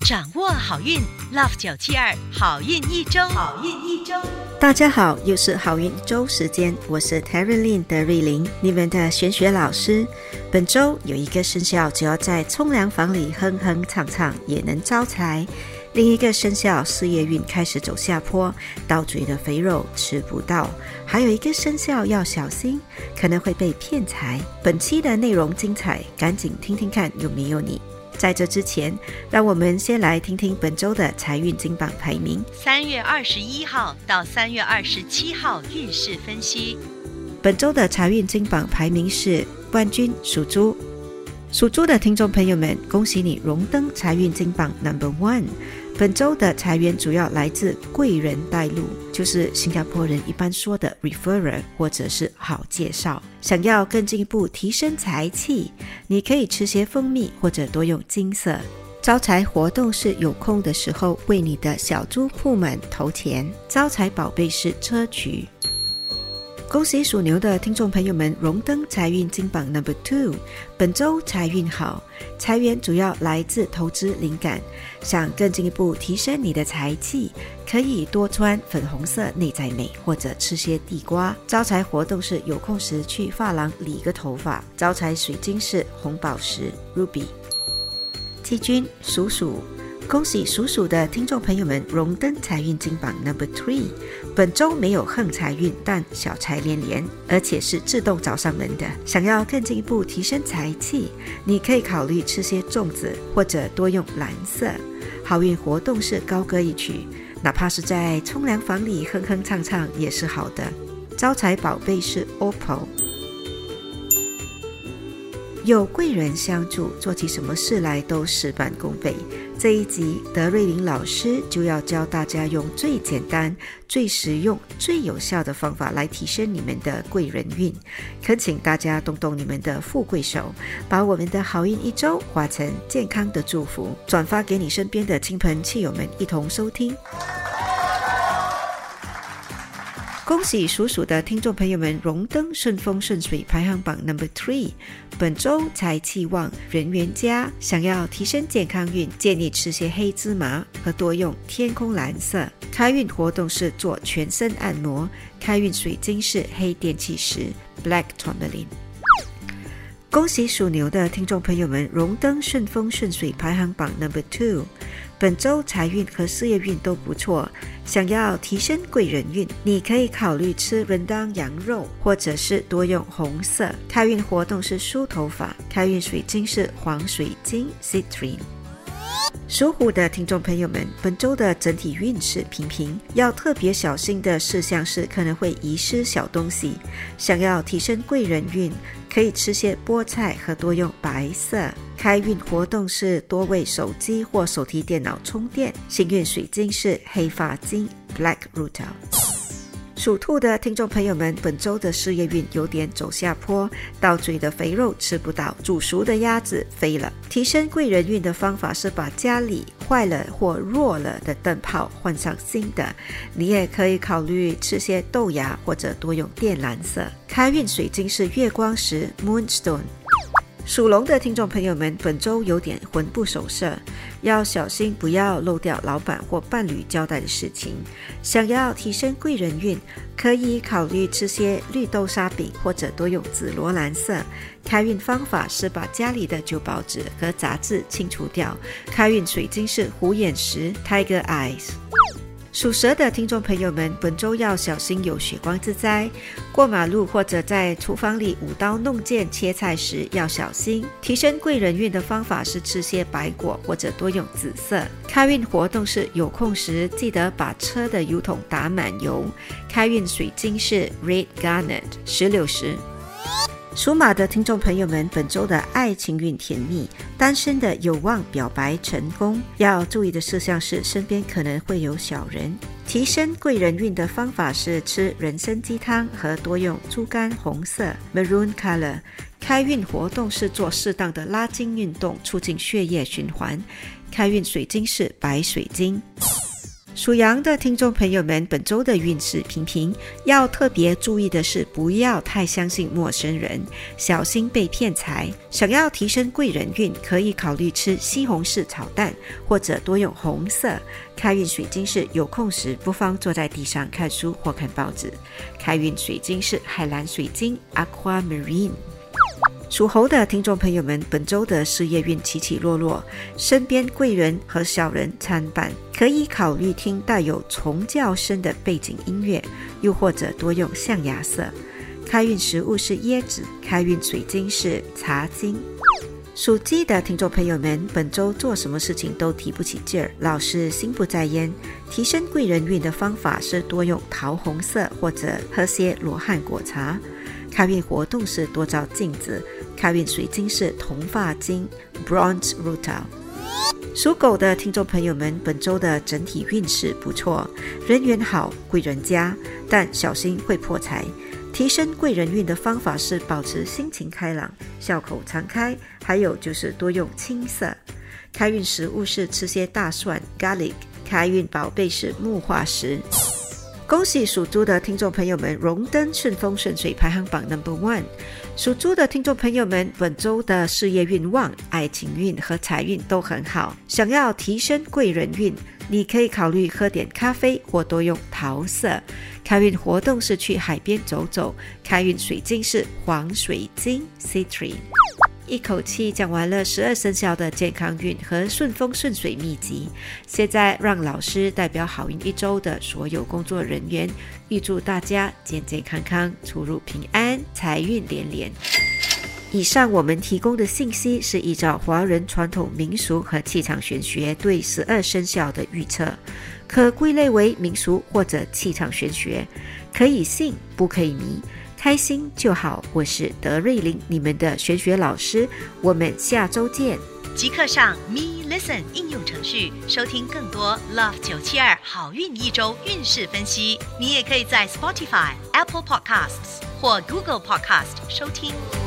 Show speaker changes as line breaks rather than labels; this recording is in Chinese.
掌握好运 Love 972好运一周，好运一周。
大家好，又是好运一周时间，我是 Terry 德瑞琳，你们的玄学老师。本周有一个生肖只要在冲凉房里哼哼唱唱也能招财，另一个生肖事业运开始走下坡，到嘴的肥肉吃不到，还有一个生肖要小心，可能会被骗财。本期的内容精彩，赶紧听听看有没有你。在这之前，让我们先来听听本周的财运金榜排名。
3月21号到3月27号运势分析。
本周的财运金榜排名是冠军属猪。属猪的听众朋友们，恭喜你荣登财运金榜 No.1。 本周的财源主要来自贵人带路，就是新加坡人一般说的 referrer 或者是好介绍。想要更进一步提升财气，你可以吃些蜂蜜或者多用金色。招财活动是有空的时候为你的小猪铺们投钱。招财宝贝是砗磲。恭喜属牛的听众朋友们荣登财运金榜 No.2。 本周财运好，财源主要来自投资灵感。想更进一步提升你的财气，可以多穿粉红色内在美或者吃些地瓜。招财活动是有空时去发廊理个头发。招财水晶是红宝石 Ruby。 季军属鼠。恭喜属鼠的听众朋友们荣登财运金榜 No.3。 本周没有横财运，但小财连连，而且是自动找上门的。想要更进一步提升财气，你可以考虑吃些粽子或者多用蓝色。好运活动是高歌一曲，哪怕是在冲凉房里哼哼唱唱也是好的。招财宝贝是 Opal。有贵人相助，做起什么事来都事半功倍。这一集德瑞琳老师就要教大家用最简单、最实用、最有效的方法来提升你们的贵人运。恳请大家动动你们的富贵手，把我们的好运一周化成健康的祝福，转发给你身边的亲朋戚友们一同收听。恭喜属鼠的听众朋友们荣登顺风顺水排行榜 No.3。 本周财气旺，人缘佳。想要提升健康运，建议吃些黑芝麻和多用天空蓝色。开运活动是做全身按摩。开运水晶是黑电气石 Black Tourmaline。恭喜属牛的听众朋友们荣登顺风顺水排行榜 No.2。 本周财运和事业运都不错。想要提升贵人运，你可以考虑吃rendang羊肉，或者是多用红色。开运活动是梳头发。开运水晶是黄水晶 Citrine。属虎的听众朋友们，本周的整体运势平平，要特别小心的事项是可能会遗失小东西。想要提升贵人运，可以吃些菠菜和多用白色。开运活动是多为手机或手提电脑充电。幸运水晶是黑发晶 Black Rutil。属兔的听众朋友们，本周的事业运有点走下坡，到嘴的肥肉吃不到，煮熟的鸭子飞了。提升贵人运的方法是把家里坏了或弱了的灯泡换上新的。你也可以考虑吃些豆芽或者多用靛蓝色。开运水晶是月光石 Moonstone。属龙的听众朋友们，本周有点魂不守舍，要小心不要漏掉老板或伴侣交代的事情。想要提升贵人运，可以考虑吃些绿豆沙饼或者多用紫罗兰色。开运方法是把家里的旧报纸和杂志清除掉。开运水晶是虎眼石 Tiger Eyes。属蛇的听众朋友们，本周要小心有血光之灾。过马路或者在厨房里舞刀弄剑切菜时要小心。提升贵人运的方法是吃些白果或者多用紫色。开运活动是有空时记得把车的油桶打满油。开运水晶是 Red Garnet 石榴石。属马的听众朋友们，本周的爱情运甜蜜，单身的有望表白成功。要注意的事项是身边可能会有小人。提升贵人运的方法是吃人参鸡汤和多用猪肝红色 Maroon Color。 开运活动是做适当的拉筋运动，促进血液循环。开运水晶是白水晶。 属羊的听众朋友们，本周的运势平平，要特别注意的是不要太相信陌生人，小心被骗财。想要提升贵人运，可以考虑吃西红柿炒蛋，或者多用红色。开运水晶是有空时不妨坐在地上看书或看报纸。开运水晶是海蓝水晶 Aquamarine。属猴的听众朋友们，本周的事业运起起落落，身边贵人和小人参半，可以考虑听带有虫叫声的背景音乐，又或者多用象牙色。开运食物是椰子，开运水晶是茶晶。属鸡的听众朋友们，本周做什么事情都提不起劲儿，老是心不在焉。提升贵人运的方法是多用桃红色，或者喝些罗汉果茶。开运活动是多照镜子，开运水晶是铜发晶 Bronze Rutil。 属狗的听众朋友们，本周的整体运势不错，人缘好，贵人佳，但小心会破财。提升贵人运的方法是保持心情开朗，笑口常开，还有就是多用青色。开运食物是吃些大蒜 Garlic， 开运宝贝是木化石。恭喜属猪的听众朋友们荣登顺风顺水排行榜 No.1。 属猪的听众朋友们，本周的事业运旺，爱情运和财运都很好。想要提升贵人运，你可以考虑喝点咖啡或多用桃色。开运活动是去海边走走，开运水晶是黄水晶 Citrine。一口气讲完了12生肖的健康运和顺风顺水秘籍，现在让老师代表好运一周的所有工作人员，预祝大家健健康康，出入平安，财运连连。以上我们提供的信息是依照华人传统民俗和气场玄学对12生肖的预测，可归类为民俗或者气场玄学，可以信不可以迷，开心就好。我是德瑞琳，你们的玄学老师，我们下周见。
即刻上 Me Listen 应用程序收听更多 Love 972好运一周运势分析。你也可以在 Spotify、Apple Podcasts 或 Google Podcast 收听。